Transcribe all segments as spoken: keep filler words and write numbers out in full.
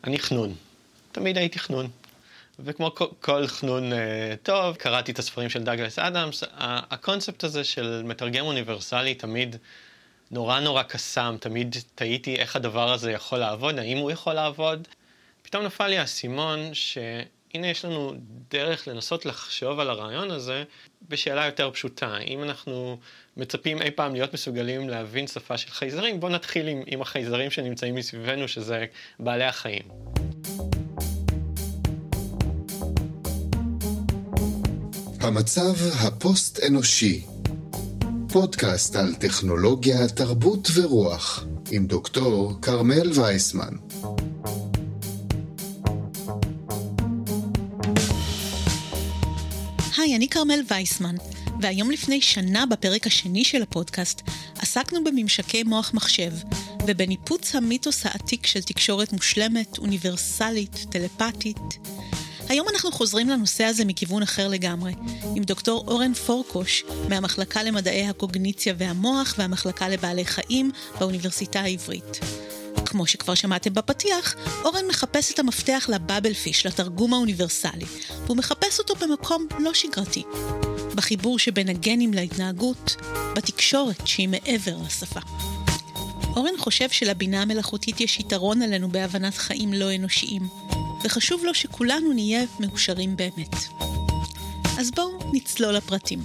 אני חנון. תמיד הייתי חנון. וכמו כל חנון טוב, קראתי את הספרים של דאגלס אדמס, הקונספט הזה של מתרגם אוניברסלי תמיד נורא נורא קסם, תמיד תהיתי איך הדבר הזה יכול לעבוד, האם הוא יכול לעבוד. פתאום נפל לי האסימון שהנה יש לנו דרך לנסות לחשוב על הרעיון הזה בשאלה יותר פשוטה. אם אנחנו מצפים אי פעם להיות מסוגלים להבין שפה של חייזרים, בואו נתחיל עם, עם החייזרים שנמצאים מסביבנו, שזה בעלי החיים. המצב הפוסט-אנושי, פודקאסט על טכנולוגיה, תרבות ורוח, עם דוקטור קרמל וייסמן. היי, אני קרמל וייסמן, והיום לפני שנה בפרק השני של הפודקאסט עסקנו בממשקי מוח מחשב ובניפוץ המיתוס העתיק של תקשורת מושלמת, אוניברסלית, טלפתית. היום אנחנו חוזרים לנושא הזה מכיוון אחר לגמרי, עם דוקטור אורן פורקוש מהמחלקה למדעי הקוגניציה והמוח והמחלקה לבעלי חיים באוניברסיטה העברית. כמו שכבר שמעתם בפתיח, אורן מחפש את המפתח לבאבל פיש, לתרגום האוניברסלי, והוא מחפש אותו במקום לא שגרתי, בחיבור שבין הגנים להתנהגות, בתקשורת שהיא מעבר לשפה. אורן חושב שלבינה המלאכותית יש יתרון עלינו בהבנת חיים לא אנושיים, וחשוב לו שכולנו נהיה מאושרים באמת. אז בואו נצלול לפרטים.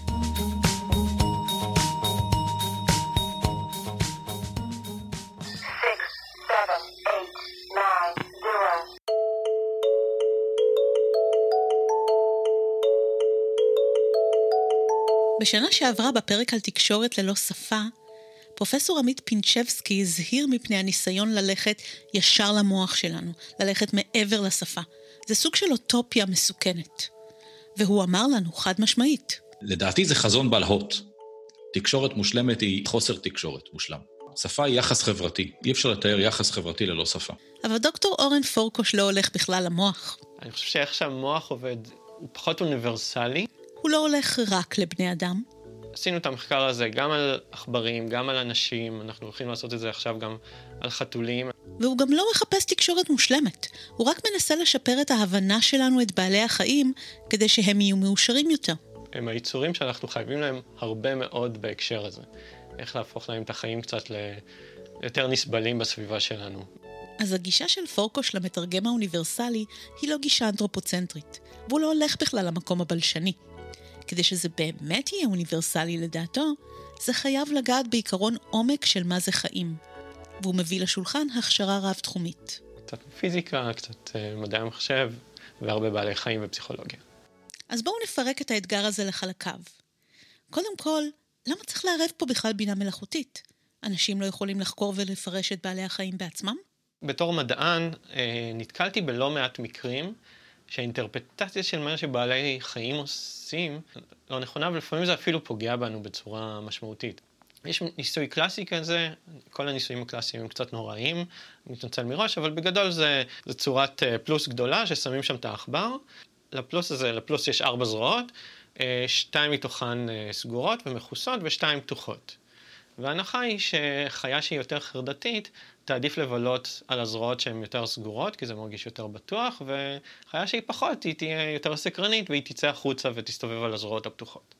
בשנה שעברה בפרק על תקשורת ללא שפה, פרופסור עמית פינצ'בסקי הזהיר מפני הניסיון ללכת ישר למוח שלנו, ללכת מעבר לשפה. זה סוג של אוטופיה מסוכנת. והוא אמר לנו חד משמעית. לדעתי זה חזון בלהות. תקשורת מושלמת היא חוסר תקשורת מושלם. שפה היא יחס חברתי. אי אפשר לתאר יחס חברתי ללא שפה. אבל דוקטור אורן פורקוש לא הולך בכלל למוח. אני חושב שאיך שהמוח עובד הוא פחות אוניברסלי. הוא לא הולך רק לבני אדם. עשינו את המחקר הזה גם על עכברים, גם על אנשים, אנחנו הולכים לעשות את זה עכשיו גם על חתולים. והוא גם לא מחפש תקשורת מושלמת, הוא רק מנסה לשפר את ההבנה שלנו את בעלי החיים, כדי שהם יהיו מאושרים יותר. הם היצורים שאנחנו חייבים להם הרבה מאוד בהקשר הזה. איך להפוך להם את החיים קצת ליותר נסבלים בסביבה שלנו. אז הגישה של פורקוש למתרגם האוניברסלי היא לא גישה אנתרופוצנטרית, והוא לא הולך בכלל למקום הבלשני. כדי שזה באמת יהיה אוניברסלי לדעתו, זה חייב לגעת בעיקרון עומק של מה זה חיים. והוא מביא לשולחן הכשרה רב-תחומית. קצת פיזיקה, קצת מדעי המחשב, והרבה בעלי חיים ופסיכולוגיה. אז בואו נפרק את האתגר הזה לחלקיו. קודם כל, למה צריך לערב פה בכלל בינה מלאכותית? אנשים לא יכולים לחקור ולפרש את בעלי החיים בעצמם? בתור מדען, נתקלתי בלא מעט מקרים, שהאינטרפטציה של מה שבעלי חיים עושים לא נכונה, ולפעמים זה אפילו פוגע בנו בצורה משמעותית. יש ניסוי קלאסי כזה, כל הניסויים הקלאסיים הם קצת נוראים, מתנצל מראש, אבל בגדול זה, זה צורת פלוס גדולה ששמים שם את העכבר. לפלוס הזה, לפלוס יש ארבע זרועות, שתיים מתוכן סגורות ומכוסות ושתיים פתוחות. וההנחה היא שחיה שהיא יותר חרדתית, תעדיף לבלות על הזרועות שהן יותר סגורות, כי זה מרגיש יותר בטוח, וחיה שהיא פחות, היא תהיה יותר סקרנית, והיא תצא החוצה ותסתובב על הזרועות הפתוחות.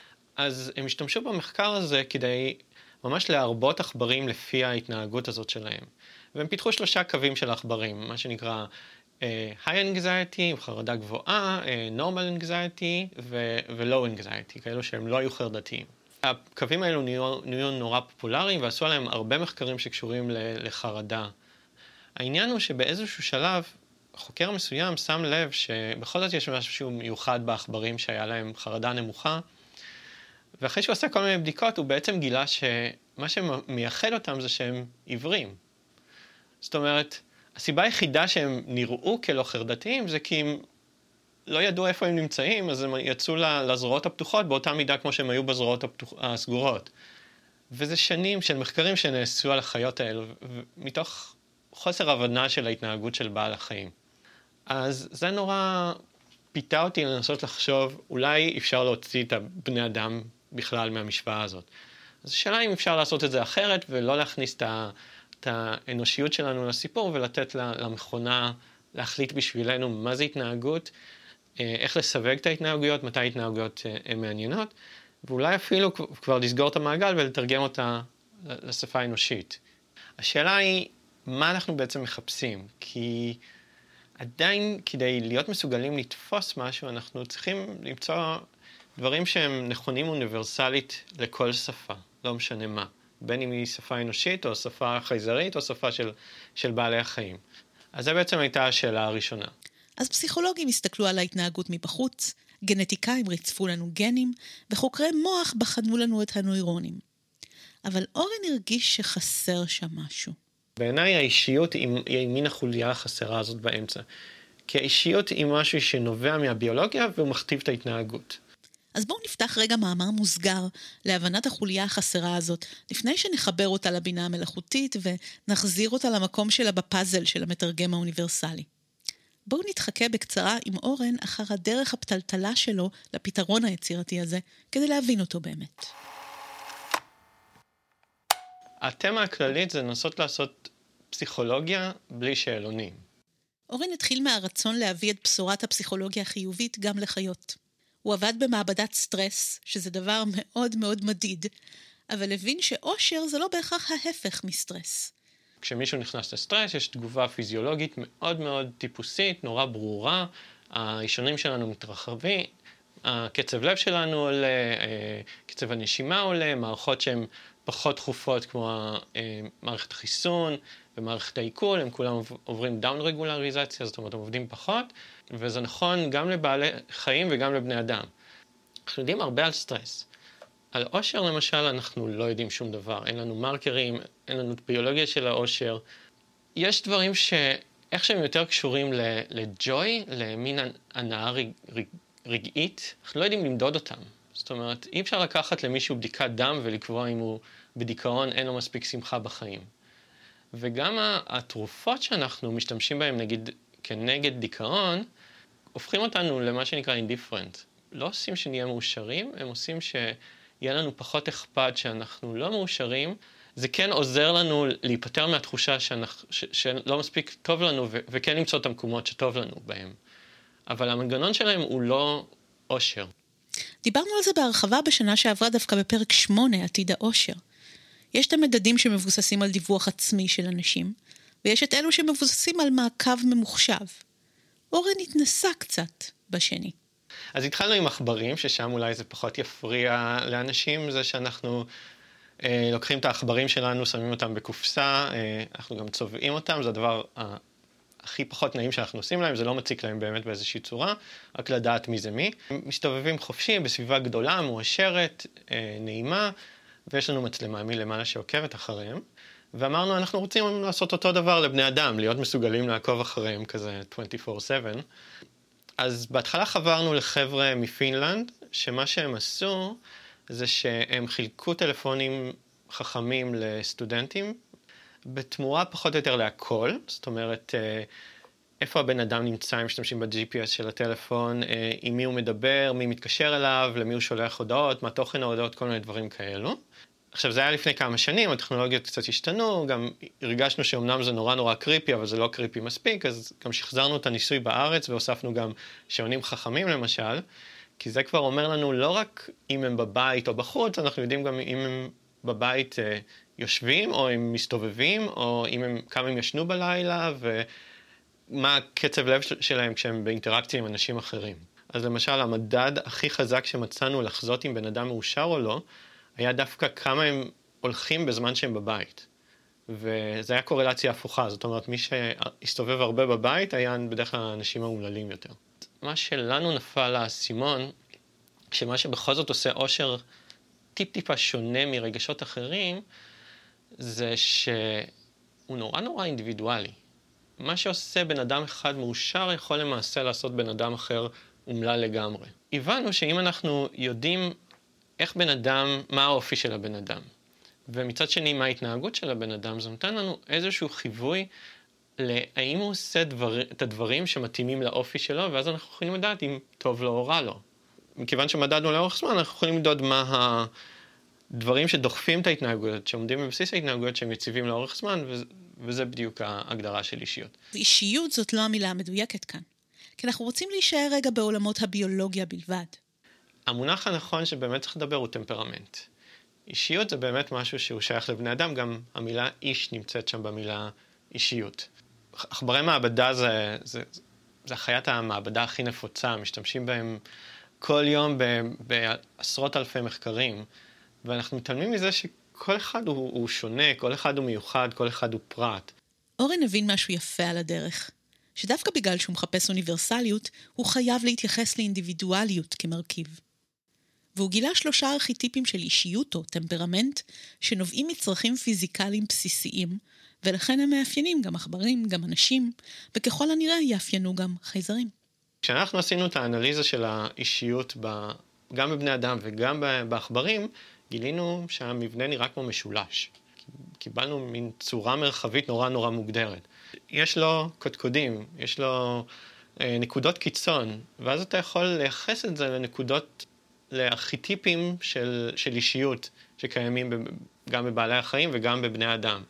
אז הם השתמשו במחקר הזה כדי ממש להרבות עכברים לפי ההתנהגות הזאת שלהם. והם פיתחו שלושה קווים של עכברים, מה שנקרא uh, high anxiety, חרדה גבוהה, uh, normal anxiety ו-low anxiety, כאלו שהם לא היו חרדתיים. הקווים האלו נהיו, נהיו נורא פופולריים, ועשו עליהם הרבה מחקרים שקשורים לחרדה. העניין הוא שבאיזשהו שלב, חוקר מסוים שם לב שבכל זאת יש משהו מיוחד בעכברים שהיה להם חרדה נמוכה, ואחרי שהוא עשה כל מיני בדיקות, הוא בעצם גילה שמה שמייחד אותם זה שהם עיוורים. זאת אומרת, הסיבה היחידה שהם נראו כלא חרדתיים זה כי הם לא ידעו איפה הם נמצאים, אז הם יצאו לזרועות הפתוחות באותה מידה כמו שהם היו בזרועות הפתוח, הסגורות. וזה שנים של מחקרים שנעשו על החיות האלו, מתוך חוסר הבנה של ההתנהגות של בעל החיים. אז זה נורא פיתה אותי לנסות לחשוב, אולי אפשר להוציא את הבני אדם בכלל מהמשוואה הזאת. אז השאלה אם אפשר לעשות את זה אחרת, ולא להכניס את את האנושיות שלנו לסיפור ולתת למכונה להחליט בשבילנו מה זה התנהגות, איך לסווג את ההתנהגויות, מתי ההתנהגויות הן מעניינות, ואולי אפילו כבר לסגור את המעגל ולתרגם אותה לשפה האנושית. השאלה היא, מה אנחנו בעצם מחפשים? כי עדיין כדי להיות מסוגלים לתפוס משהו, אנחנו צריכים למצוא דברים שהם נכונים אוניברסלית לכל שפה, לא משנה מה. בין אם היא שפה אנושית, או שפה חייזרית, או שפה של, של בעלי החיים. אז זו בעצם הייתה השאלה הראשונה. אז פסיכולוגים הסתכלו על ההתנהגות מבחוץ, גנטיקאים ריצפו לנו גנים, וחוקרי מוח בחנו לנו את הנוירונים. אבל אורן הרגיש שחסר שם משהו. בעיניי האישיות היא מין החוליה החסרה הזאת באמצע. כי האישיות היא משהו שנובע מהביולוגיה והוא מכתיב את ההתנהגות. אז בואו נפתח רגע מאמר מוסגר להבנת החוליה החסרה הזאת, לפני שנחבר אותה לבינה המלאכותית ונחזיר אותה למקום שלה בפאזל של המתרגם האוניברסלי. בואו נתחכה בקצרה עם אורן אחר הדרך הפתלתלה שלו לפתרון היצירתי הזה, כדי להבין אותו באמת. התמה הכללית זה לנסות לעשות פסיכולוגיה בלי שאלונים. אורן התחיל מהרצון להביא את בשורת הפסיכולוגיה החיובית גם לחיות. הוא עבד במעבדת סטרס, שזה דבר מאוד מאוד מדיד, אבל הבין שאושר זה לא בהכרח ההפך מסטרס. כשמישהו נכנס לסטרס, יש תגובה פיזיולוגית מאוד מאוד טיפוסית, נורא ברורה, האישונים שלנו מתרחבים, הקצב לב שלנו עולה, קצב הנשימה עולה, מערכות שהן פחות דחופות כמו מערכת החיסון ומערכת העיכול, הם כולם עוברים דאון רגולריזציה, זאת אומרת, הם עובדים פחות, וזה נכון גם לבעלי חיים וגם לבני אדם. אנחנו יודעים הרבה על סטרס. על אושר למשל אנחנו לא יודעים שום דבר, אין לנו מרקרים, אין לנו ביולוגיה של האושר. יש דברים שאיך שהם יותר קשורים לג'וי, למין הנאה רגע, רגעית, אנחנו לא יודעים למדוד אותם. זאת אומרת, אי אפשר לקחת למישהו בדיקת דם ולקבוע אם הוא בדיכאון, אין לו מספיק שמחה בחיים. וגם התרופות שאנחנו משתמשים בהן, נגיד, כנגד דיכאון, הופכים אותנו למה שנקרא indifferent. לא עושים שנהיה מאושרים, הם עושים שיהיה לנו פחות אכפת שאנחנו לא מאושרים. זה כן עוזר לנו להיפטר מהתחושה שאנחנו, ש, שלא מספיק טוב לנו, ו, וכן למצוא את המקומות שטוב לנו בהם. אבל המנגנון שלהם הוא לא אושר. דיברנו על זה בהרחבה בשנה שעברה דווקא בפרק שמונה, עתיד האושר. יש את המדדים שמבוססים על דיווח עצמי של אנשים, ויש את אלו שמבוססים על מעקב ממוחשב. אורן התנסה קצת בשני. אז התחלנו עם עכברים, ששם אולי זה פחות יפריע לאנשים, זה שאנחנו אה, לוקחים את העכברים שלנו, שמים אותם בקופסה, אה, אנחנו גם צובעים אותם, זה הדבר אה, הכי פחות נעים שאנחנו עושים להם, זה לא מציק להם באמת באיזושהי צורה, רק לדעת מי זה מי. הם מסתובבים חופשי בסביבה גדולה, מואשרת, אה, נעימה, ויש לנו מצלמה מלמעלה שעוקבת אחריהם, ואמרנו, אנחנו רוצים לעשות אותו דבר לבני אדם, להיות מסוגלים לעקוב אחריהם כזה עשרים וארבע שבע. אז בהתחלה חברנו לחבר'ה מפינלנד, שמה שהם עשו, זה שהם חילקו טלפונים חכמים לסטודנטים, בתמורה פחות או יותר להכל, זאת אומרת, איפה הבן אדם נמצא, אם משתמשים ב-ג'י פי אס של הטלפון, עם מי הוא מדבר, מי מתקשר אליו, למי הוא שולח הודעות, מה תוכן ההודעות, כל מיני דברים כאלו. עכשיו, זה היה לפני כמה שנים, הטכנולוגיות קצת השתנו, גם הרגשנו שאומנם זה נורא נורא קריפי, אבל זה לא קריפי מספיק, אז גם שחזרנו את הניסוי בארץ, והוספנו גם שעונים חכמים למשל, כי זה כבר אומר לנו לא רק אם הם בבית או בחוץ, אנחנו יודעים גם אם הם בבית אה, יושבים, או הם מסתובבים, או אם הם, כמה הם ישנו בלילה, ומה הקצב לב שלהם כשהם באינטראקציה עם אנשים אחרים. אז למשל, המדד הכי חזק שמצאנו לחזות אם בן אדם מאושר או לא, היה דווקא כמה הם הולכים בזמן שהם בבית. וזה היה קורלציה הפוכה, זאת אומרת, מי שהסתובב הרבה בבית היה בדרך כלל האנשים האומללים יותר. מה שלנו נפל האסימון, שמה שבכל זאת עושה אושר טיפ-טיפה שונה מרגשות אחרים, זה שהוא נורא נורא אינדיבידואלי. מה שעושה בן אדם אחד מאושר יכול למעשה לעשות בן אדם אחר אומלל לגמרי. הבנו שאם אנחנו יודעים איך בן אדם, מה האופי של הבן אדם, ומצד שני מה ההתנהגות של הבן אדם, זה נותן לנו איזשהו חיווי להאם הוא עושה דבר, את הדברים שמתאימים לאופי שלו, ואז אנחנו יכולים לדעת אם טוב לו או רע לו. מכיוון שמדדנו לאורך זמן, אנחנו יכולים לדעת מה דברים שדוחפים את ההתנהגויות, שעומדים בבסיס ההתנהגויות שהם יציבים לאורך זמן, וזה, וזה בדיוק ההגדרה של אישיות. אישיות זאת לא המילה המדויקת כאן, כי אנחנו רוצים להישאר רגע בעולמות הביולוגיה בלבד. המונח הנכון שבאמת צריך לדבר הוא טמפרמנט. אישיות זה באמת משהו שהוא שייך לבני אדם, גם המילה איש נמצאת שם במילה אישיות. עכברי מעבדה זה, זה, זה חיית המעבדה הכי נפוצה, משתמשים בהם כל יום ב, בעשרות אלפי מחקרים, ואנחנו מתעלמים מזה שכל אחד הוא, הוא שונה, כל אחד הוא מיוחד, כל אחד הוא פרט. אורן הבין משהו יפה על הדרך, שדווקא בגלל שהוא מחפש אוניברסליות, הוא חייב להתייחס לאינדיבידואליות כמרכיב. והוא גילה שלושה ארכיטיפים של אישיות או טמפרמנט, שנובעים מצרכים פיזיקליים בסיסיים, ולכן הם מאפיינים גם עכברים, גם אנשים, וככל הנראה יאפיינו גם חייזרים. כשאנחנו עשינו את האנליזה של האישיות ב... גם בבני אדם וגם בעכברים, גילינו שהמבנה נראה כמו משולש. קיבלנו מין צורה מרחבית נורא נורא מוגדרת. יש לו קודקודים, יש לו אה, נקודות קיצון, ואז אתה יכול לייחס את זה לנקודות, לארכיטיפים של, של אישיות שקיימים ב, גם בבעלי החיים וגם בבני אדם.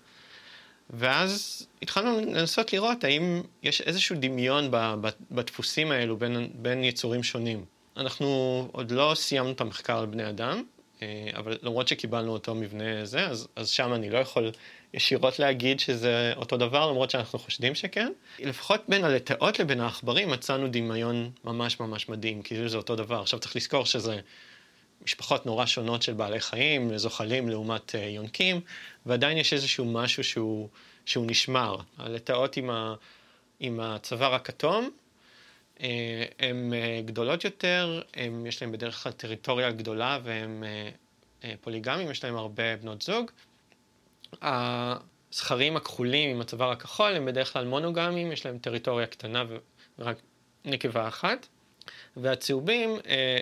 ואז התחלנו לנסות לראות האם יש איזשהו דמיון בדפוסים האלו בין, בין יצורים שונים. אנחנו עוד לא סיימנו את המחקר על בני אדם, אבל למרות שקיבלנו אותו מבנה זה, אז, אז שם אני לא יכול ישירות להגיד שזה אותו דבר, למרות שאנחנו חושדים שכן. לפחות בין הלטאות לבין העכברים מצאנו דמיון ממש ממש מדהים, כאילו זה אותו דבר. עכשיו צריך לזכור שזה משפחות נורא שונות של בעלי חיים, זוחלים לעומת יונקים, ועדיין יש איזשהו משהו שהוא, שהוא נשמר. הלטאות עם, ה, עם הצוואר הכתום, הן גדולות יותר, הם, יש להם בדרך כלל טריטוריה גדולה, והם פוליגמים, יש להם הרבה בנות זוג. הזכרים הכחולים עם הצוואר הכחול, הם בדרך כלל מונוגמים, יש להם טריטוריה קטנה ורק נקבה אחת. והצהובים,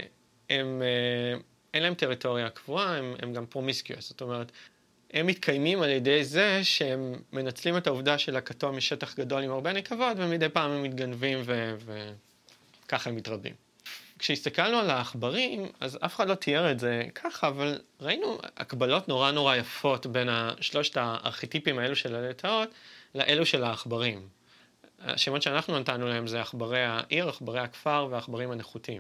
הם, אין להם טריטוריה קבועה, הם, הם גם פרומיסקיוס. זאת אומרת, הם מתקיימים על ידי זה שהם מנצלים את העובדה של הכתום משטח גדול עם הרבה נקבות, ומדי פעם הם מתגנבים ו... וככה הם מתרבים. כשהסתכלנו על העכברים, אז אף אחד לא תיאר את זה ככה, אבל ראינו הקבלות נורא נורא יפות בין שלושת הארכיטיפים האלו של הלטאות, לאלו של העכברים. השמות שאנחנו נתנו להם זה עכברי העיר, עכברי הכפר והעכברים הנחותים.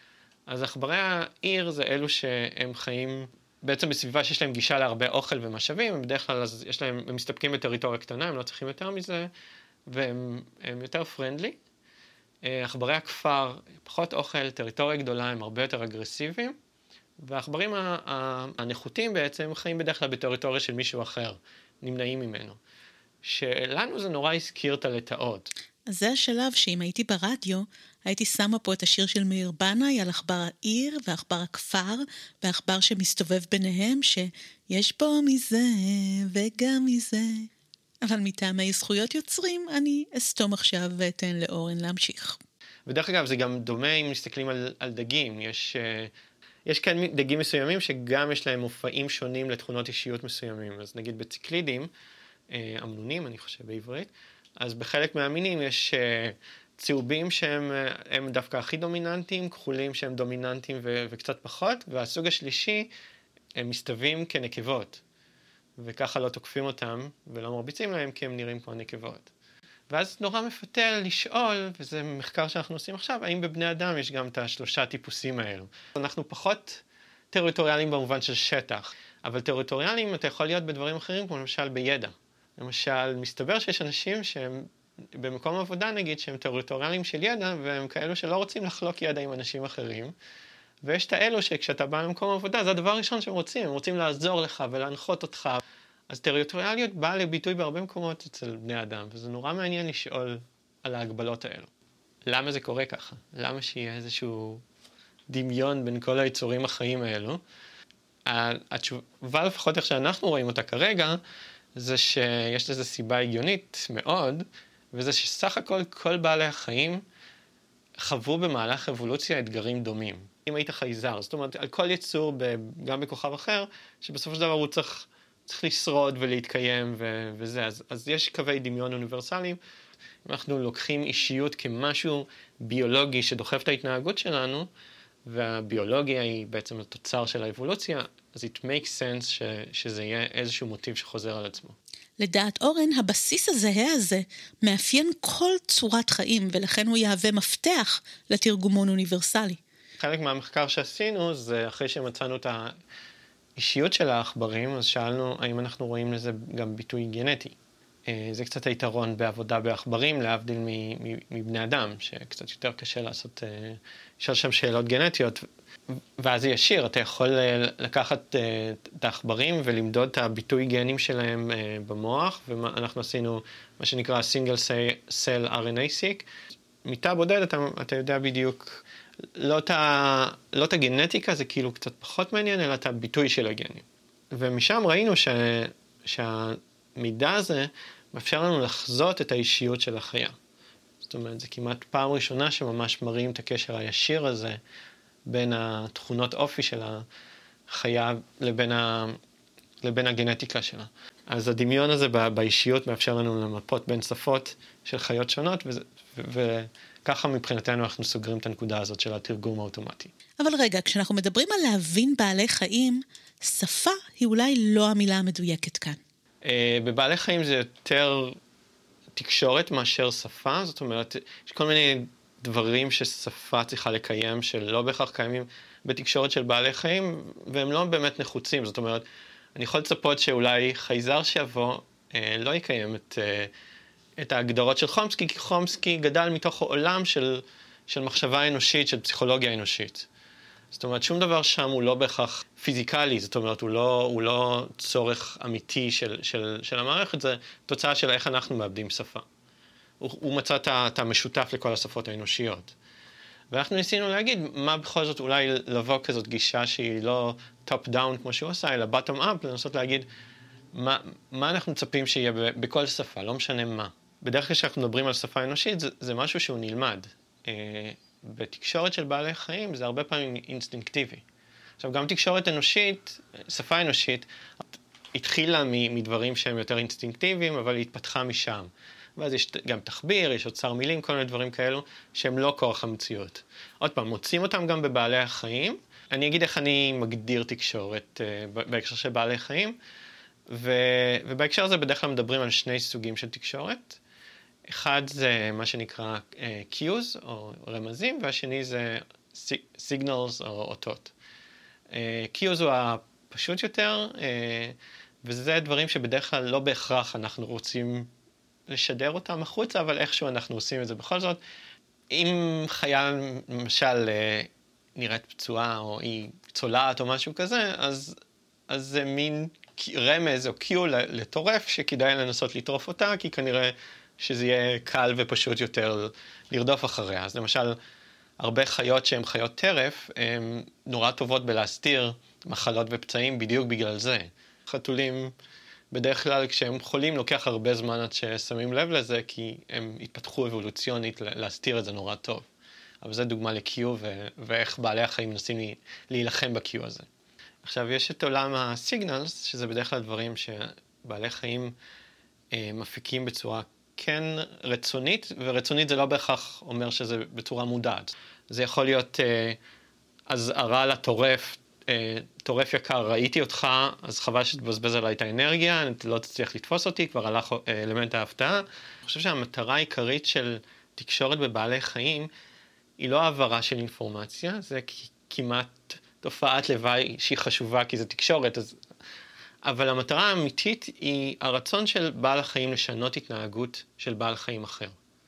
אז עכברי העיר זה אלו שהם חיים בעצם בסביבה שיש להם גישה להרבה אוכל ומשאבים, הם בדרך כלל אז יש להם, הם מסתפקים בטריטוריה קטנה, הם לא צריכים יותר מזה, והם הם יותר פרנדלי. עכברי הכפר, פחות אוכל, טריטוריה גדולה, הם הרבה יותר אגרסיביים, והעכברים הנחותים בעצם חיים בדרך כלל בטריטוריה של מישהו אחר, נמנעים ממנו. שלנו זה נורא הזכיר את הלטאות. אז זה השלב שאם הייתי ברדיו, הייתי שמה פה את השיר של מאיר בנאי על עכבר העיר ועכבר הכפר, ועכבר שמסתובב ביניהם, שיש פה מזה וגם מזה. אבל מטעמי זכויות יוצרים, אני אסתום עכשיו ואתן לאורן להמשיך. ודרך אגב, זה גם דומה אם מסתכלים על, על דגים. יש, יש כאן דגים מסוימים שגם יש להם מופעים שונים לתכונות אישיות מסוימים. אז נגיד בציקלידים, אמנונים, אני חושב בעברית, אז בחלק מהמינים יש צהובים שהם הם דווקא הכי דומיננטיים, כחולים שהם דומיננטיים ו, וקצת פחות, והסוג השלישי הם מסתווים כנקבות. וככה לא תוקפים אותם ולא מרביצים להם כי הם נראים כמו נקבות. ואז נורא מפתה לשאול, וזה מחקר שאנחנו עושים עכשיו, האם בבני אדם יש גם את השלושה טיפוסים האלו. אנחנו פחות טריטוריאליים במובן של שטח, אבל טריטוריאליים אתה יכול להיות בדברים אחרים, כמו למשל בידע. למשל, מסתבר שיש אנשים שהם במקום עבודה נגיד, שהם טריטוריאליים של ידע, והם כאלו שלא רוצים לחלוק ידע עם אנשים אחרים. ויש את האלו שכשאתה בא למקום עבודה, זה הדבר הראשון שהם רוצים, הם רוצים לעזור לך ולהנחות אותך. אז טריטוריאליות באה לביטוי בהרבה מקומות אצל בני אדם, וזה נורא מעניין לשאול על ההגבלות האלו. למה זה קורה ככה? למה שיהיה איזשהו דמיון בין כל היצורים החיים האלו? התשובה, לפחות איך שאנחנו רואים אותה כרגע, זה שיש לזה סיבה הגיונית מאוד, וזה שסך הכל כל בעלי החיים חוו במהלך אבולוציה אתגרים דומים. אם היית חייזר, זאת אומרת, על כל יצור, גם בכוכב אחר, שבסופו של דבר הוא צריך, צריך לשרוד ולהתקיים ו- וזה. אז, אז יש קווי דמיון אוניברסליים. אם אנחנו לוקחים אישיות כמשהו ביולוגי שדוחף את ההתנהגות שלנו, והביולוגיה היא בעצם התוצר של האבולוציה, אז it makes sense ש, שזה יהיה איזשהו מוטיב שחוזר על עצמו. לדעת אורן, הבסיס הזהה הזה מאפיין כל צורת חיים, ולכן הוא יהווה מפתח לתרגומון אוניברסלי. חלק מהמחקר שעשינו, זה אחרי שמצאנו את האישיות של העכברים, אז שאלנו האם אנחנו רואים לזה גם ביטוי גנטי. זה קצת היתרון בעבודה בעכברים, להבדיל מבני אדם, שקצת יותר קשה לעשות, לשאול שם שאלות גנטיות, ואז זה ישיר, אתה יכול לקחת את העכברים ולמדוד את הביטוי גנים שלהם במוח, ואנחנו עשינו מה שנקרא single cell אר אן איי seq. מיטה בודדת, אתה, אתה יודע בדיוק, לא את, ה, לא את הגנטיקה, זה כאילו קצת פחות מעניין, אלא את הביטוי של הגנים. ומשם ראינו ש, שהמידע הזה מאפשר לנו לחזות את האישיות של החיה. זאת אומרת, זה כמעט פעם ראשונה שממש מראים את הקשר הישיר הזה, בין התכונות אופי של החיה לבין, ה... לבין הגנטיקה שלה. אז הדמיון הזה באישיות מאפשר לנו למפות בין שפות של חיות שונות, ו... ו... וככה מבחינתנו אנחנו סוגרים את הנקודה הזאת של התרגום האוטומטי. אבל רגע, כשאנחנו מדברים על להבין בעלי חיים, שפה היא אולי לא המילה המדויקת כאן. בבעלי חיים זה יותר תקשורת מאשר שפה, זאת אומרת, יש כל מיני דברים ששפה צריכה לקיים, שלא בהכרח קיימים בתקשורת של בעלי חיים, והם לא באמת נחוצים. זאת אומרת, אני יכול לצפות שאולי חייזר שיבוא אה, לא יקיים את, אה, את ההגדרות של חומסקי, כי חומסקי גדל מתוך העולם של, של מחשבה אנושית, של פסיכולוגיה אנושית. זאת אומרת, שום דבר שם הוא לא בהכרח פיזיקלי, זאת אומרת, הוא לא, הוא לא צורך אמיתי של, של, של המערכת, זה תוצאה של איך אנחנו מאבדים שפה. הוא, הוא מצא את המשותף לכל השפות האנושיות. ואנחנו ניסינו להגיד מה בכל זאת אולי לבוא כזאת גישה שהיא לא טופ דאון כמו שהוא עושה, אלא בוטום אפ, לנסות להגיד מה, מה אנחנו מצפים שיהיה בכל שפה, לא משנה מה. בדרך כלל כשאנחנו מדברים על שפה אנושית, זה, זה משהו שהוא נלמד. בתקשורת של בעלי חיים זה הרבה פעמים אינסטינקטיבי. עכשיו, גם תקשורת אנושית, שפה אנושית, התחילה מדברים שהם יותר אינסטינקטיביים, אבל היא התפתחה משם. ואז יש גם תחביר, יש אוצר מילים, כל מיני דברים כאלו, שהם לא כורח המציאות. עוד פעם, מוצאים אותם גם בבעלי החיים. אני אגיד איך אני מגדיר תקשורת בהקשר של בעלי חיים, ובהקשר הזה בדרך כלל מדברים על שני סוגים של תקשורת. אחד זה מה שנקרא cues או רמזים, והשני זה signals או אותות. cues הוא הפשוט יותר, וזה דברים שבדרך כלל לא בהכרח אנחנו רוצים לשדר אותם החוצה, אבל איכשהו אנחנו עושים את זה בכל זאת. אם חיה למשל נראית פצועה או היא צולעת או משהו כזה, אז, אז זה מין רמז או קיו לטורף שכדאי לנסות לטרוף אותה, כי כנראה שזה יהיה קל ופשוט יותר לרדוף אחריה. אז למשל, הרבה חיות שהן חיות טרף, הן נורא טובות בלהסתיר מחלות ופצעים בדיוק בגלל זה. חתולים, בדרך כלל כשהם חולים לוקח הרבה זמן עד ששמים לב לזה, כי הם התפתחו אבולוציונית להסתיר את זה נורא טוב. אבל זו דוגמה לקיו ו- ואיך בעלי החיים מנסים להילחם בקיו הזה. עכשיו, יש את עולם הסיגנלס, שזה בדרך כלל דברים שבעלי חיים אה, מפיקים בצורה כן רצונית, ורצונית זה לא בהכרח אומר שזה בצורה מודעת. זה יכול להיות אה, הזהרה לטורף, אה, טורף יקר, ראיתי אותך, אז חבל שתבזבז עליי את האנרגיה, אני לא תצליח לתפוס אותי, כבר הלך אה, אלמנט ההפתעה. אני חושב שהמטרה העיקרית של תקשורת בבעלי חיים, היא לא העברה של אינפורמציה, זה כמעט תופעת לוואי שהיא חשובה, כי זה תקשורת, אז... אבל המטרה האמיתית היא הרצון של בעל החיים לשנות התנהגות של בעל חיים אחר.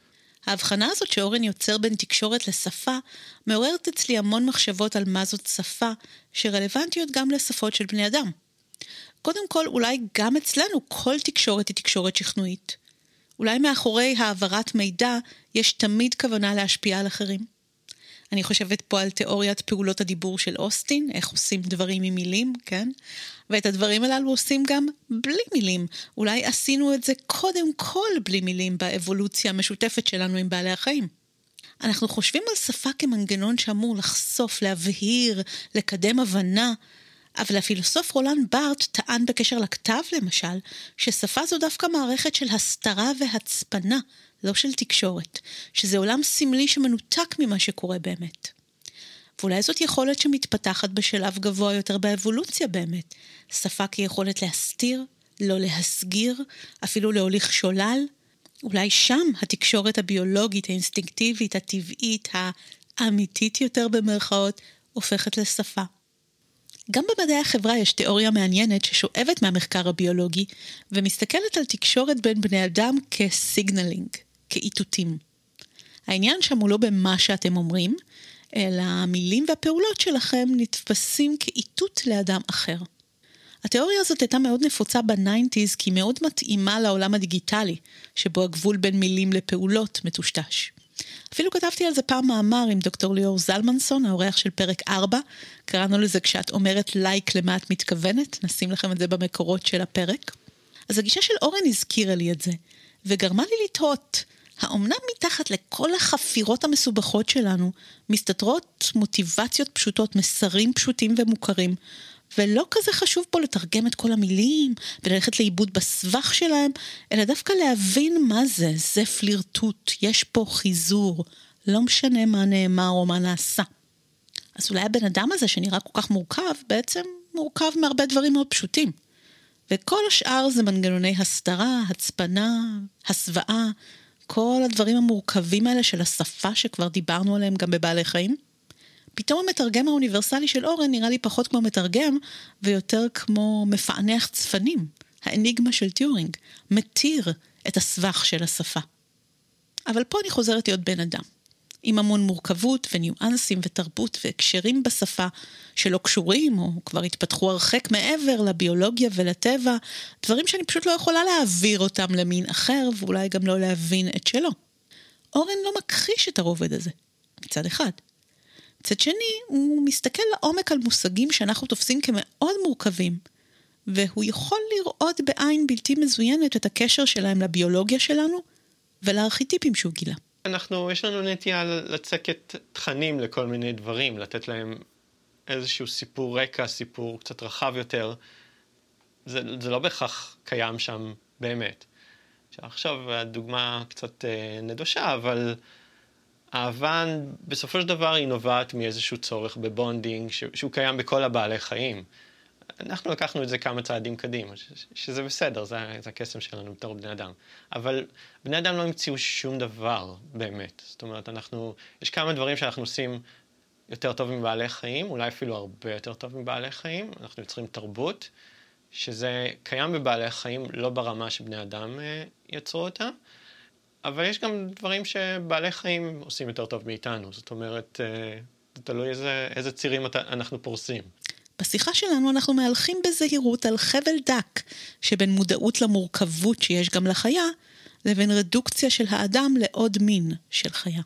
ההבחנה הזאת שאורן יוצר בין תקשורת לשפה, מעוררת אצלי המון מחשבות על מה זאת שפה, שרלוונטיות גם לשפות של בני אדם. קודם כל, אולי גם אצלנו כל תקשורת היא תקשורת שכנועית. אולי מאחורי העברת מידע יש תמיד כוונה להשפיע על אחרים. אני חושבת פה על תיאוריית פעולות הדיבור של אוסטין, איך עושים דברים עם מילים, כן? ואת הדברים הללו עושים גם בלי מילים. אולי עשינו את זה קודם כל בלי מילים באבולוציה המשותפת שלנו עם בעלי החיים. אנחנו חושבים על שפה כמנגנון שאמור לחשוף, להבהיר, לקדם הבנה, אבל הפילוסוף רולנד בארט טען בקשר לכתב למשל, ששפה זו דווקא מערכת של הסתרה והצפנה, לא של תקשורת, שזה עולם סמלי שמנותק ממה שקורה באמת. ואולי זאת יכולת שמתפתחת בשלב גבוה יותר באבולוציה באמת. שפה כיכולת להסתיר, לא להסגיר, אפילו להוליך שולל. אולי שם התקשורת הביולוגית, האינסטינקטיבית, הטבעית, האמיתית יותר במרכאות, הופכת לשפה. גם במדעי החברה יש תיאוריה מעניינת ששואבת מהמחקר הביולוגי, ומסתכלת על תקשורת בין בני אדם כסיגנלינג, כאיתותים. העניין שם הוא לא במה שאתם אומרים, אלא המילים והפעולות שלכם נתפסים כאיתות לאדם אחר. התיאוריה הזאת הייתה מאוד נפוצה ב-תשעים, כי היא מאוד מתאימה לעולם הדיגיטלי, שבו הגבול בין מילים לפעולות מטושטש. אפילו כתבתי על זה פעם מאמר עם דוקטור ליאור זלמנסון, העורך של פרק ארבע, קראנו לזה כשאת אומרת לייק למה את מתכוונת, נשים לכם את זה במקורות של הפרק. אז הגישה של אורן הזכירה לי את זה, וגרמה לי לתהות, האומנם מתחת לכל החפירות המסובכות שלנו, מסתתרות מוטיבציות פשוטות, מסרים פשוטים ומוכרים, ולא כזה חשוב פה לתרגם את כל המילים, וללכת לאיבוד בסבך שלהם, אלא דווקא להבין מה זה, זה פלירטוט, יש פה חיזור, לא משנה מה נאמר או מה נעשה. אז אולי הבן אדם הזה שנראה כל כך מורכב, בעצם מורכב מהרבה דברים מאוד פשוטים. וכל השאר זה מנגנוני הסתרה, הצפנה, הסוואה, כל הדברים המורכבים האלה של השפה שכבר דיברנו עליהם גם בבעלי חיים. פתאום המתרגם האוניברסלי של אורן נראה לי פחות כמו מתרגם, ויותר כמו מפענח צפנים, האניגמה של טיורינג, מתיר את הסבך של השפה. אבל פה אני חוזרת להיות בן אדם, עם המון מורכבות וניואנסים ותרבות והקשרים בשפה שלא קשורים, או כבר התפתחו הרחק מעבר לביולוגיה ולטבע, דברים שאני פשוט לא יכולה להעביר אותם למין אחר, ואולי גם לא להבין את שלו. אורן לא מכחיש את הרובד הזה, מצד אחד. מצד שני, הוא מסתכל לעומק על מושגים שאנחנו תופסים כמאוד מורכבים, והוא יכול לראות בעין בלתי מזוינת את הקשר שלהם לביולוגיה שלנו, ולארכיטיפים שהוא גילה. אנחנו, יש לנו נטייה לצקת תכנים לכל מיני דברים, לתת להם איזשהו סיפור רקע, סיפור קצת רחב יותר. זה, זה לא בהכרח קיים שם באמת. עכשיו הדוגמה קצת אה, נדושה, אבל האהבה בסופו של דבר היא נובעת מאיזשהו צורך בבונדינג, ש, שהוא קיים בכל הבעלי חיים. אנחנו לקחנו את זה כמה צעדים קדימה, ש, שזה בסדר, זה, זה הקסם שלנו בתור בני אדם. אבל בני אדם לא המציאו שום דבר באמת. זאת אומרת, אנחנו, יש כמה דברים שאנחנו עושים יותר טוב מבעלי חיים, אולי אפילו הרבה יותר טוב מבעלי חיים. אנחנו יוצרים תרבות, שזה קיים בבעלי חיים, לא ברמה שבני אדם אה, יצרו אותה, אבל יש גם דברים שבעלי חיים עושים יותר טוב מאיתנו. זאת אומרת, אה, זה תלוי איזה, איזה צירים אנחנו פורסים. בשיחה שלנו אנחנו מהלכים בזהירות על חבל דק, שבין מודעות למורכבות שיש גם לחיה, לבין רדוקציה של האדם לעוד מין של חיה.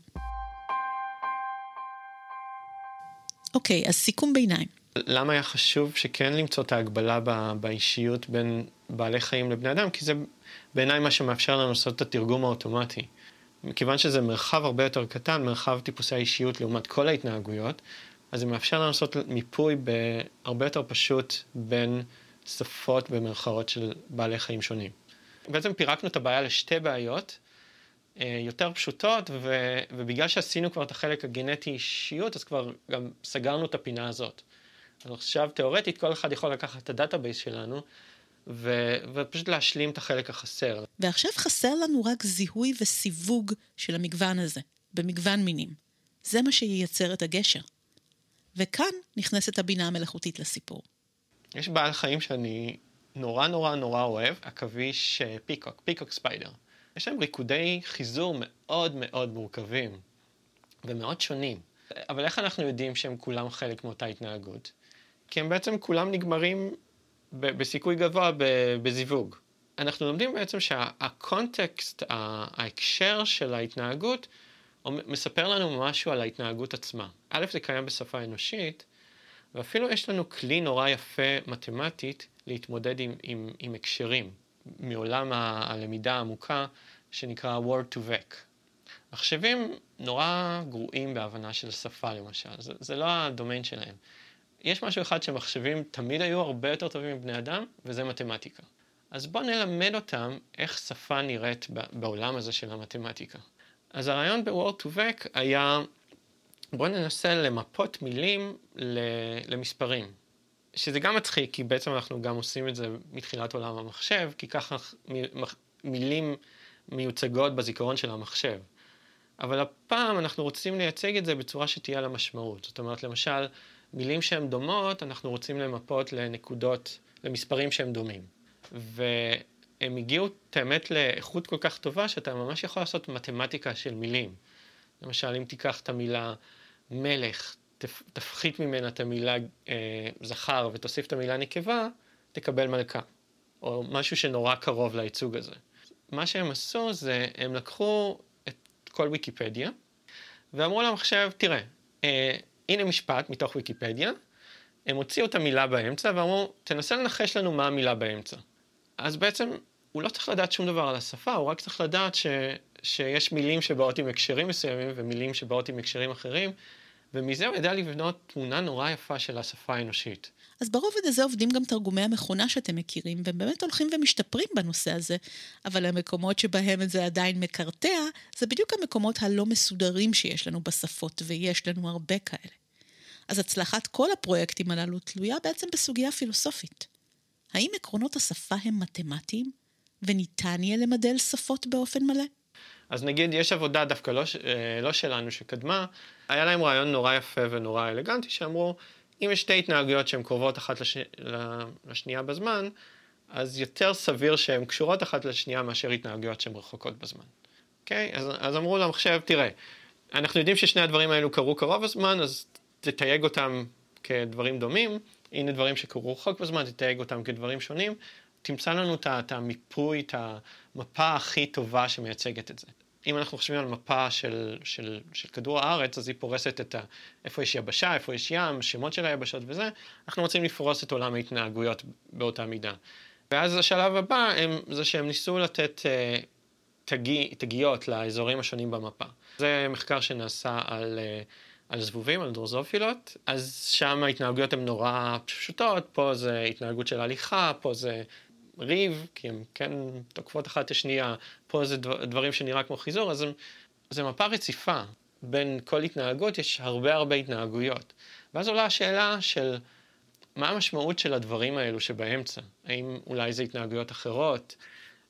אוקיי, אז סיכום ביניים. למה היה חשוב שכן למצוא את ההגבלה באישיות בין בעלי חיים לבני אדם? כי זה בעיניי מה שמאפשר לנו לעשות את התרגום האוטומטי. מכיוון שזה מרחב הרבה יותר קטן, מרחב טיפוסי האישיות לעומת כל ההתנהגויות, אז זה מאפשר לנו לעשות מיפוי בהרבה יותר פשוט בין שפות במרכאות של בעלי חיים שונים. בעצם פירקנו את הבעיה לשתי בעיות יותר פשוטות, ו- ובגלל שעשינו כבר את החלק הגנטי אישיות, אז כבר גם סגרנו את הפינה הזאת. אז עכשיו תיאורטית כל אחד יכול לקחת את הדאטאבייס שלנו, ו- ופשוט להשלים את החלק החסר. ועכשיו חסר לנו רק זיהוי וסיווג של המגוון הזה, במגוון מינים. זה מה שייצר את הגשר. וכאן נכנסת הבינה המלאכותית לסיפור. יש בעל חיים שאני נורא נורא נורא אוהב, עכביש פיקוק, פיקוק ספיידר. יש להם ריקודי חיזור מאוד מאוד מורכבים ומאוד שונים. אבל איך אנחנו יודעים שהם כולם חלק מאותה התנהגות? כי הם בעצם כולם נגמרים ב- בסיכוי גבוה ב- בזיווג. אנחנו לומדים בעצם שהקונטקסט, ההקשר של ההתנהגות, מספר לנו משהו על ההתנהגות עצמה. א', זה קיים בשפה אנושית, ואפילו יש לנו כלי נורא יפה מתמטית להתמודד עם, עם, עם הקשרים מעולם הלמידה העמוקה שנקרא word to vec. מחשבים נורא גרועים בהבנה של שפה למשל, זה, זה לא הדומיין שלהם. יש משהו אחד שמחשבים תמיד היו הרבה יותר טובים מבני אדם, וזה מתמטיקה. אז בואו נלמד אותם איך שפה נראית בעולם הזה של המתמטיקה. אז הרעיון ב-word to vec היה בואו ננסה למפות מילים למספרים. שזה גם מצחיק, כי בעצם אנחנו גם עושים את זה מתחילת עולם המחשב, כי ככה מילים מיוצגות בזיכרון של המחשב. אבל הפעם אנחנו רוצים לייצג את זה בצורה שתהיה לה משמעות. זאת אומרת, למשל, מילים שהן דומות, אנחנו רוצים למפות לנקודות, למספרים שהם דומים. והם הגיעו, האמת, לאיכות כל כך טובה, שאתה ממש יכול לעשות מתמטיקה של מילים. למשל, אם תיקח את המילה מלך, תפחית ממנה את המילה אה, זכר ותוסיף את המילה נקבה, תקבל מלכה. או משהו שנורא קרוב לייצוג הזה. מה שהם עשו זה, הם לקחו את כל ויקיפדיה, ואמרו למחשב, תראה, אה, הנה משפט מתוך ויקיפדיה, הם הוציאו את המילה באמצע, ואמרו, תנסה לנחש לנו מה המילה באמצע. אז בעצם, הוא לא צריך לדעת שום דבר על השפה, הוא רק צריך לדעת ש, שיש מילים שבאות עם הקשרים מסוימים, ומילים שבאות עם הקשרים אחרים, ומזה הוא ידע לבנות תמונה נורא יפה של השפה האנושית. אז ברובד הזה עובדים גם תרגומי המכונה שאתם מכירים, והם באמת הולכים ומשתפרים בנושא הזה, אבל המקומות שבהם זה עדיין מקרטע, זה בדיוק המקומות הלא מסודרים שיש לנו בשפות, ויש לנו הרבה כאלה. אז הצלחת כל הפרויקטים הללו תלויה בעצם בסוגיה פילוסופית. האם עקרונות השפה הם מתמטיים, וניתן יהיה למדל שפות באופן מלא? אז נגיד, יש עבודה דווקא לא, לא שלנו שקדמה, היה להם רעיון נורא יפה ונורא אלגנטי, שאמרו, אם יש שתי התנהגויות שהן קרובות אחת לש... לשנייה בזמן, אז יותר סביר שהן קשורות אחת לשנייה מאשר התנהגויות שהן רחוקות בזמן. אוקיי? אז, אז אמרו למחשב, תראה, אנחנו יודעים ששני הדברים האלו קרו קרוב בזמן, אז תתייג אותם כדברים דומים, הנה דברים שקרו רחוק בזמן, תתייג אותם כדברים שונים, תמצא לנו את המיפוי, את המפה הכי טובה שמייצגת את זה. אם אנחנו חושבים על מפה של, של, של כדור הארץ, אז היא פורסת את ה, איפה יש יבשה, איפה יש ים, שמות של היבשות וזה, אנחנו רוצים לפרוס את עולם ההתנהגויות באותה מידה. ואז השלב הבא הם, זה שהם ניסו לתת uh, תגי, תגיות לאזורים השונים במפה. זה מחקר שנעשה על, uh, על זבובים, על דרוזופילות, אז שם ההתנהגויות הן נורא פשוטות, פה זה התנהגות של הליכה, פה זה ריב, כי הם כן תוקפות אחת השנייה, פה זה דבר, דברים שנראה כמו חיזור, אז זה מפה רציפה. בין כל התנהגות יש הרבה הרבה התנהגויות. ואז עולה השאלה של מה המשמעות של הדברים האלו שבאמצע? האם אולי זה התנהגויות אחרות?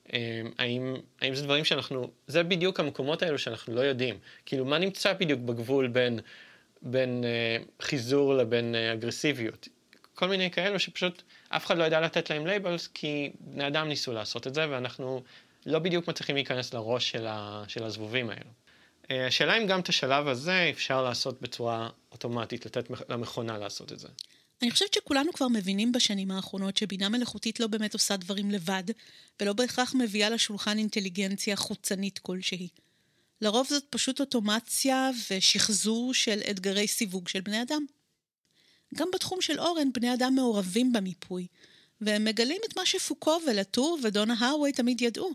האם, האם זה דברים שאנחנו, זה בדיוק המקומות האלו שאנחנו לא יודעים. כאילו, מה נמצא בדיוק בגבול בין, בין uh, חיזור לבין uh, אגרסיביות? כל מיני כאלו שפשוט אף אחד לא ידע לתת להם לייבלס, כי בני אדם ניסו לעשות את זה, ואנחנו לא בדיוק מצליחים להיכנס לראש של, ה, של הזבובים האלו. השאלה אם גם את השלב הזה אפשר לעשות בצורה אוטומטית, לתת למכונה לעשות את זה. אני חושבת שכולנו כבר מבינים בשנים האחרונות שבינה מלאכותית לא באמת עושה דברים לבד, ולא בהכרח מביאה לשולחן אינטליגנציה חוצנית כלשהי. לרוב זאת פשוט אוטומציה ושחזור של אתגרי סיווג של בני אדם. גם בתחום של אורן, בני אדם מעורבים במיפוי, והם מגלים את מה שפוקו ולטור ודונה הארווי תמיד ידעו.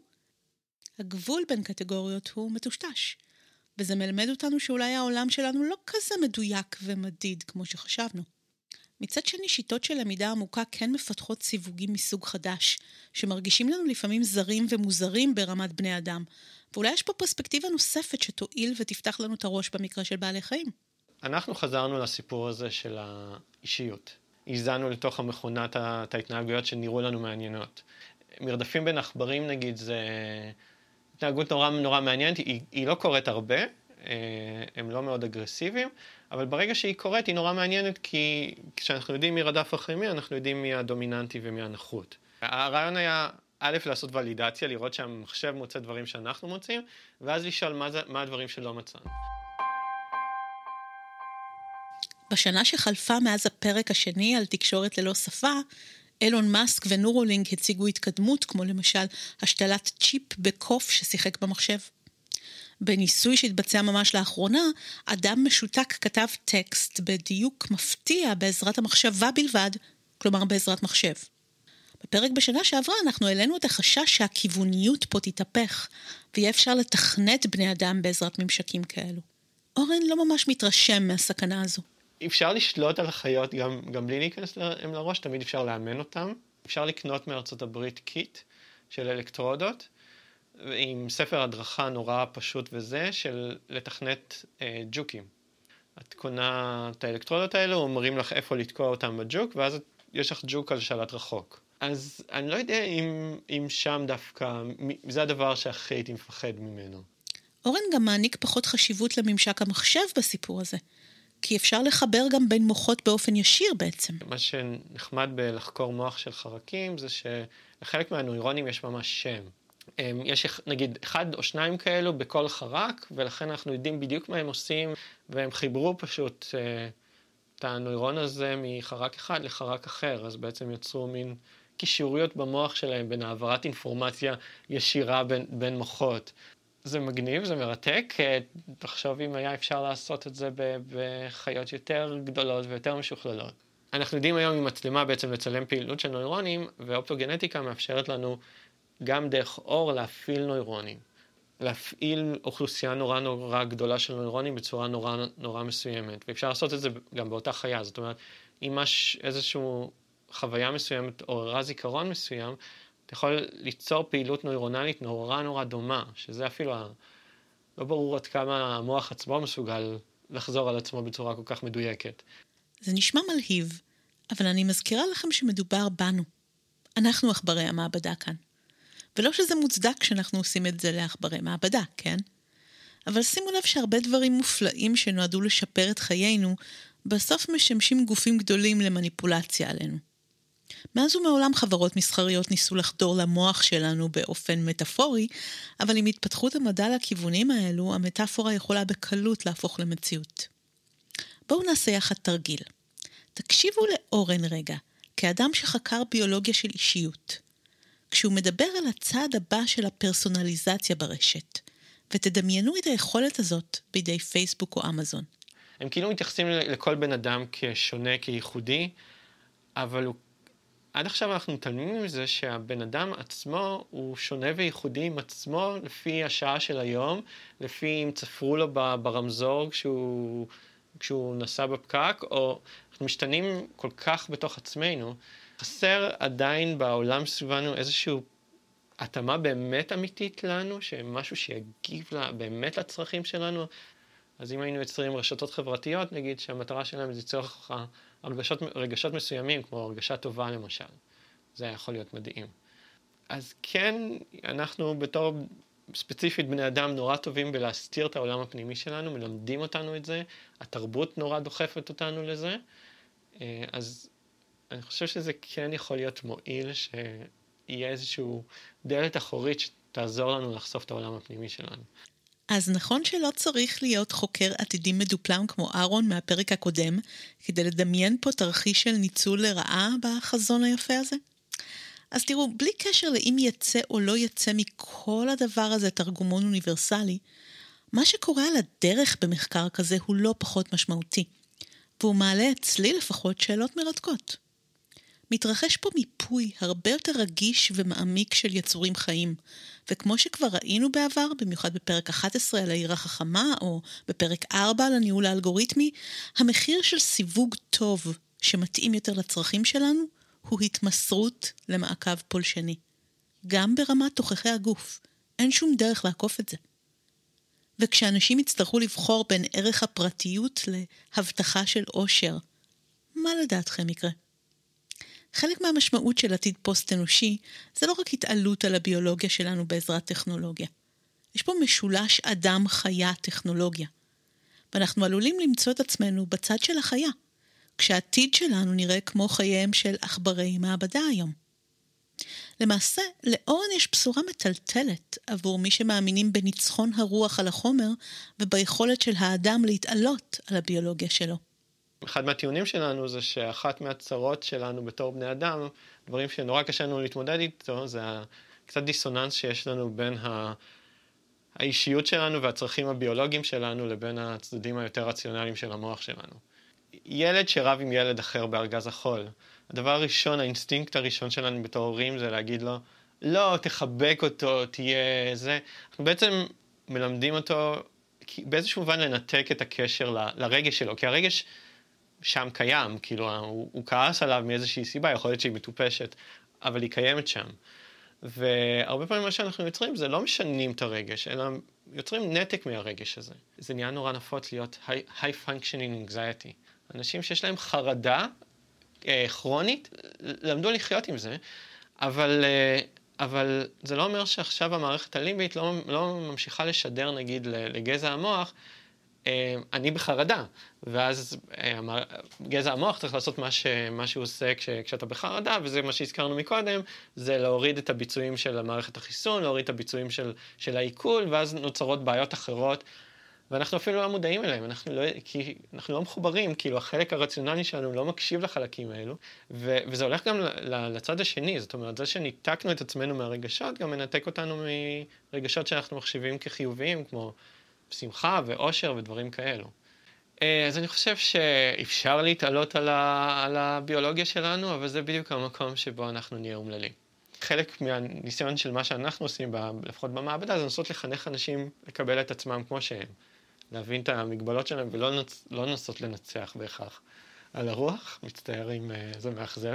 הגבול בין קטגוריות הוא מטושטש, וזה מלמד אותנו שאולי העולם שלנו לא כזה מדויק ומדיד כמו שחשבנו. מצד שני, שיטות של למידה עמוקה כן מפתחות סיווגים מסוג חדש, שמרגישים לנו לפעמים זרים ומוזרים ברמת בני אדם, ואולי יש פה פרספקטיבה נוספת שתועיל ותפתח לנו את הראש במקרה של בעלי חיים. אנחנו חזרנו לסיפור הזה של האישיות. הזנו לתוך המכונת את ההתנהגויות שנראו לנו מעניינות. מרדפים בין עכברים, נגיד, זה התנהגות נורא נורא מעניינת, היא, היא לא קורית הרבה, הם לא מאוד אגרסיביים, אבל ברגע שהיא קורית היא נורא מעניינת, כי כשאנחנו יודעים מי רדף אחרי מי, אנחנו יודעים מי הדומיננטי ומי הנחות. הרעיון היה, א', לעשות ולידציה, לראות שהמחשב מוצא דברים שאנחנו מוצאים, ואז לשאול מה, זה, מה הדברים שלא מצאנו. בשנה שחלפה מאז הפרק השני על תקשורת ללא שפה, אילון מאסק ונורולינק הציגו התקדמות, כמו למשל השתלת צ'יפ בקוף ששיחק במחשב. בניסוי שהתבצע ממש לאחרונה, אדם משותק כתב טקסט בדיוק מפתיע בעזרת המחשבה בלבד, כלומר בעזרת מחשב. בפרק בשנה שעברה אנחנו העלינו את החשש שהכיווניות פה תתהפך, ויהיה אפשר לתכנת בני אדם בעזרת ממשקים כאלו. אורן לא ממש מתרשם מהסכנה הזו. אפשר לשלוט על החיות גם, גם בלי להיכנס להם לראש, תמיד אפשר לאמן אותם. אפשר לקנות מארצות הברית קיט של אלקטרודות, עם ספר הדרכה נורא פשוט וזה, של לתכנת אה, ג'וקים. את קונה את האלקטרודות האלו, אומרים לך איפה לתקוע אותם בג'וק, ואז יש לך ג'וק על שלט רחוק. אז אני לא יודע אם, אם שם דווקא, זה הדבר שהכי הייתי מפחד ממנו. אורן גם מעניק פחות חשיבות לממשק המחשב בסיפור הזה, כי אפשר לחבר גם בין מוחות באופן ישיר בעצם. מה שנחמד בלחקור מוח של חרקים זה שלחלק מהנוירונים יש ממש שם. יש נגיד אחד או שניים כאלו בכל חרק, ולכן אנחנו יודעים בדיוק מה הם עושים, והם חיברו פשוט את הנוירון הזה מחרק אחד לחרק אחר, אז בעצם יצרו מין קישוריות במוח שלהם בין העברת אינפורמציה ישירה בין, בין מוחות. זה מגניב, זה מרתק, תחשוב אם היה אפשר לעשות את זה בחיות יותר גדולות ויותר משוכללות. אנחנו יודעים היום עם מצלמה בעצם לצלם פעילות של נוירונים, ואופטוגנטיקה מאפשרת לנו גם דרך אור להפעיל נוירונים. להפעיל אוכלוסייה נורא נורא גדולה של נוירונים בצורה נורא נורא מסוימת. ואפשר לעשות את זה גם באותה חיה. זאת אומרת, אם יש איזושהי חוויה מסוימת או רז זיכרון מסוים, אתה יכול ליצור פעילות נוירונלית נורא נורא דומה, שזה אפילו לא ברור עד כמה המוח עצמו מסוגל לחזור על עצמו בצורה כל כך מדויקת. זה נשמע מלהיב, אבל אני מזכירה לכם שמדובר בנו. אנחנו עכברי המעבדה כאן. ולא שזה מוצדק כשאנחנו עושים את זה לעכברי מעבדה, כן? אבל שימו לב שהרבה דברים מופלאים שנועדו לשפר את חיינו, בסוף משמשים גופים גדולים למניפולציה עלינו. מאז ומעולם חברות מסחריות ניסו לחדור למוח שלנו באופן מטאפורי, אבל עם התפתחות המדע לכיוונים האלו, המטאפורה יכולה בקלות להפוך למציאות. בואו נעשה יחד תרגיל. תקשיבו לאורן רגע, כאדם שחקר ביולוגיה של אישיות. כשהוא מדבר על הצעד הבא של הפרסונליזציה ברשת, ותדמיינו את היכולת הזאת בידי פייסבוק או אמזון. הם כאילו מתייחסים לכל בן אדם כשונה, כייחודי, אבל הוא... עד עכשיו אנחנו מתעלמים מזה שהבן אדם עצמו הוא שונה וייחודי עם עצמו לפי השעה של היום, לפי אם צפרו לו ברמזור כשהוא, כשהוא נסע בפקק, או אנחנו משתנים כל כך בתוך עצמנו. חסר עדיין בעולם סביבנו איזושהי התאמה באמת אמיתית לנו, שמשהו שיגיב לה, באמת לצרכים שלנו. אז אם היינו יוצרים רשתות חברתיות, נגיד שהמטרה שלהם זה ליצור הרגשות, רגשות מסוימים, כמו הרגשה טובה למשל. זה יכול להיות מדהים. אז כן, אנחנו בתור ספציפית בני אדם נורא טובים בלהסתיר את העולם הפנימי שלנו, מלמדים אותנו את זה, התרבות נורא דוחפת אותנו לזה, אז אני חושב שזה כן יכול להיות מועיל, שיהיה איזשהו דלת אחורית שתעזור לנו לחשוף את העולם הפנימי שלנו. אז נכון שלא צריך להיות חוקר עתידים מדופלם כמו אהרון מהפרק הקודם, כדי לדמיין פה תרחיש של ניצול לרעה בחזון היפה הזה? אז תראו, בלי קשר לאם יצא או לא יצא מכל הדבר הזה תרגומון אוניברסלי, מה שקורה על הדרך במחקר כזה הוא לא פחות משמעותי, והוא מעלה אצלי לפחות שאלות מרתקות. מתרחש פה מיפוי הרבה יותר רגיש ומעמיק של יצורים חיים, וכמו שכבר ראינו בעבר, במיוחד בפרק אחת עשרה על העיר החכמה, או בפרק ארבע על הניהול האלגוריתמי, המחיר של סיווג טוב שמתאים יותר לצרכים שלנו, הוא התמסרות למעקב פולשני. גם ברמת תוכחי הגוף, אין שום דרך לעקוף את זה. וכשאנשים יצטרכו לבחור בין ערך הפרטיות להבטחה של אושר, מה לדעתכם יקרה? חלק מהמשמעות של עתיד פוסט אנושי זה לא רק התעלות על הביולוגיה שלנו בעזרת טכנולוגיה. יש פה משולש אדם, חיה, טכנולוגיה. ואנחנו עלולים למצוא את עצמנו בצד של החיה, כשהעתיד שלנו נראה כמו חייהם של עכברי מעבדה היום. למעשה, לאורן יש בשורה מטלטלת עבור מי שמאמינים בניצחון הרוח על החומר וביכולת של האדם להתעלות על הביולוגיה שלו. אחד מהטיעונים שלנו זה שאחת מהצרות שלנו בתור בני אדם, דברים שנורא קשה לנו להתמודד איתו, זה קצת דיסוננס שיש לנו בין ה... האישיות שלנו והצרכים הביולוגיים שלנו לבין הצדדים היותר רציונליים של המוח שלנו. ילד שרב עם ילד אחר בארגז החול, הדבר הראשון, האינסטינקט הראשון שלנו בתור הורים זה להגיד לו, לא, תחבק אותו, תהיה זה. אנחנו בעצם מלמדים אותו באיזשהו מובן לנתק את הקשר ל... לרגש שלו, כי הרגש שם קיים, כאילו הוא, הוא כעס עליו מאיזושהי סיבה, יכול להיות שהיא מטופשת, אבל היא קיימת שם. והרבה פעמים מה שאנחנו יוצרים זה לא משנים את הרגש, אלא יוצרים נתק מהרגש הזה. זה נהיה נורא נפוץ להיות high functioning anxiety. אנשים שיש להם חרדה אה, כרונית, למדו לחיות עם זה, אבל, אה, אבל זה לא אומר שעכשיו המערכת הלימבית לא, לא ממשיכה לשדר, נגיד, לגזע המוח, אה, אני בחרדה, ואז אה, גזע המוח צריך לעשות מה, ש, מה שהוא עושה כש, כשאתה בחרדה, וזה מה שהזכרנו מקודם, זה להוריד את הביצועים של המערכת החיסון, להוריד את הביצועים של, של העיכול, ואז נוצרות בעיות אחרות, ואנחנו אפילו לא מודעים אליהם, אנחנו לא, כי אנחנו לא מחוברים, כאילו החלק הרציונלי שלנו לא מקשיב לחלקים האלו, ו, וזה הולך גם לצד השני, זאת אומרת, זה שניתקנו את עצמנו מהרגשות, גם מנתק אותנו מרגשות שאנחנו מחשיבים כחיוביים, כמו שמחה ואושר ודברים כאלו. אז אני חושב שאפשר להתעלות על, ה, על הביולוגיה שלנו, אבל זה בדיוק המקום שבו אנחנו נהיה אומללים. חלק מהניסיון של מה שאנחנו עושים, לפחות במעבדה, זה לנסות לחנך אנשים לקבל את עצמם כמו שהם. להבין את המגבלות שלהם ולא נצ... לא לנסות לנצח בהכרח על הרוח. מצטער אם uh, זה מאכזב.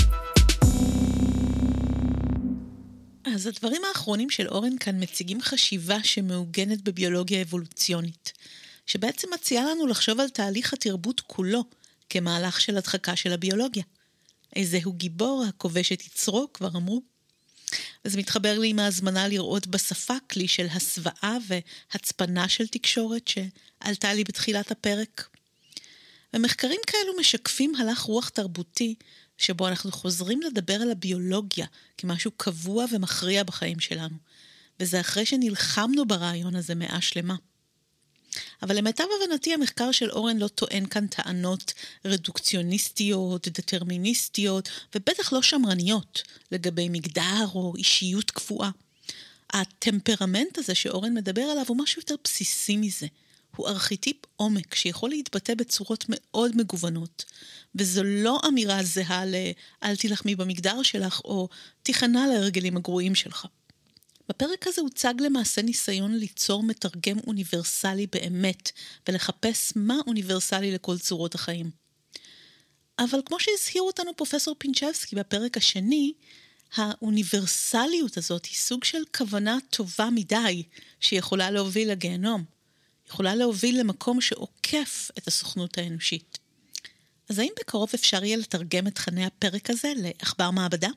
אז הדברים האחרונים של אורן כאן מציגים חשיבה שמעוגנת בביולוגיה אבולוציונית, שבעצם מציעה לנו לחשוב על תהליך התרבות כולו כמהלך של הדחקה של הביולוגיה. איזהו גיבור הכובש את יצרו, כבר אמרו. וזה מתחבר לי עם ההזמנה לראות בשפה כלי של הסוואה והצפנה של תקשורת שעלתה לי בתחילת הפרק. ומחקרים כאלו משקפים הלך רוח תרבותי שבו אנחנו חוזרים לדבר על הביולוגיה כמשהו קבוע ומכריע בחיים שלנו. וזה אחרי שנלחמנו ברעיון הזה מאה שלמה. אבל למיטב הבנתי המחקר של אורן לא טוען כאן טענות רדוקציוניסטיות, דטרמיניסטיות, ובטח לא שמרניות לגבי מגדר או אישיות קבועה. הטמפרמנט הזה שאורן מדבר עליו הוא משהו יותר בסיסי מזה. הוא ארכיטיפ עומק שיכול להתבטא בצורות מאוד מגוונות. וזו לא אמירה זהה ל"אל תלחמי במגדר שלך" או "תיכנע להרגלים הגרועים שלך". בפרק הזה הוצג למעשה ניסיון ליצור מתרגם אוניברסלי באמת, ולחפש מה אוניברסלי לכל צורות החיים. אבל כמו שהזהיר אותנו פרופסור פינצ'בסקי בפרק השני, האוניברסליות הזאת היא סוג של כוונה טובה מדי, שיכולה להוביל לגיהנום. יכולה להוביל למקום שעוקף את הסוכנות האנושית. אז האם בקרוב אפשר יהיה לתרגם את תכני הפרק הזה לעכבר מעבדה?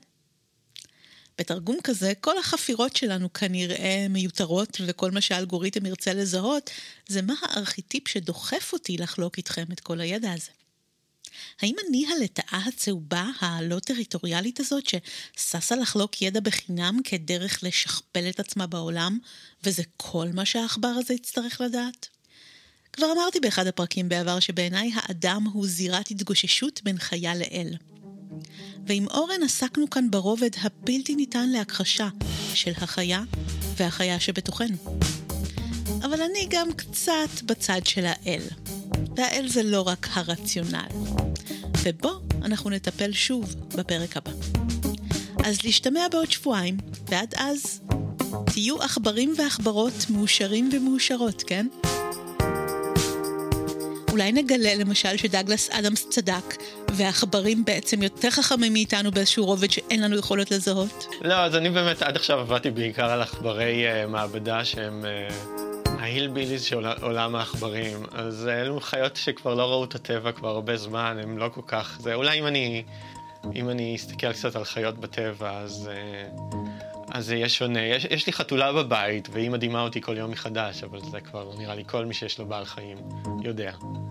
בתרגום כזה, כל החפירות שלנו כנראה מיותרות, וכל מה שהאלגוריתם ירצה לזהות, זה מה הארכיטיפ שדוחף אותי לחלוק איתכם את כל הידע הזה. האם אני הלטאה הצהובה, הלא טריטוריאלית הזאת, שססה לחלוק ידע בחינם כדרך לשכפל את עצמה בעולם, וזה כל מה שהאחבר הזה יצטרך לדעת? כבר אמרתי באחד הפרקים בעבר שבעיניי האדם הוא זירת התגוששות בין חיה לאל. ועם אורן עסקנו כאן ברובד הבלתי ניתן להכחשה של החיה והחיה שבתוכנו. אבל אני גם קצת בצד של האל. והאל זה לא רק הרציונל. ובו אנחנו נטפל שוב בפרק הבא. אז להשתמע בעוד שבועיים, ועד אז תהיו עכברים ועכברות מאושרים ומאושרות, כן? אולי נגלה למשל שדגלס אדמס צדק, והעכברים בעצם יותר חכמים מאיתנו באיזשהו רובד שאין לנו יכולת לזהות? לא, אז אני באמת עד עכשיו עבדתי בעיקר על עכברי uh, מעבדה שהם uh, ההילביליז של עולם העכברים. אז אלו חיות שכבר לא ראו את הטבע כבר הרבה זמן, הם לא כל כך... זה, אולי אם אני, אם אני אסתכל קצת על חיות בטבע, אז... Uh, אז זה יהיה שונה. יש, יש לי חתולה בבית, והיא מדהימה אותי כל יום מחדש, אבל זה כבר נראה לי כל מי שיש לו בעל חיים יודע.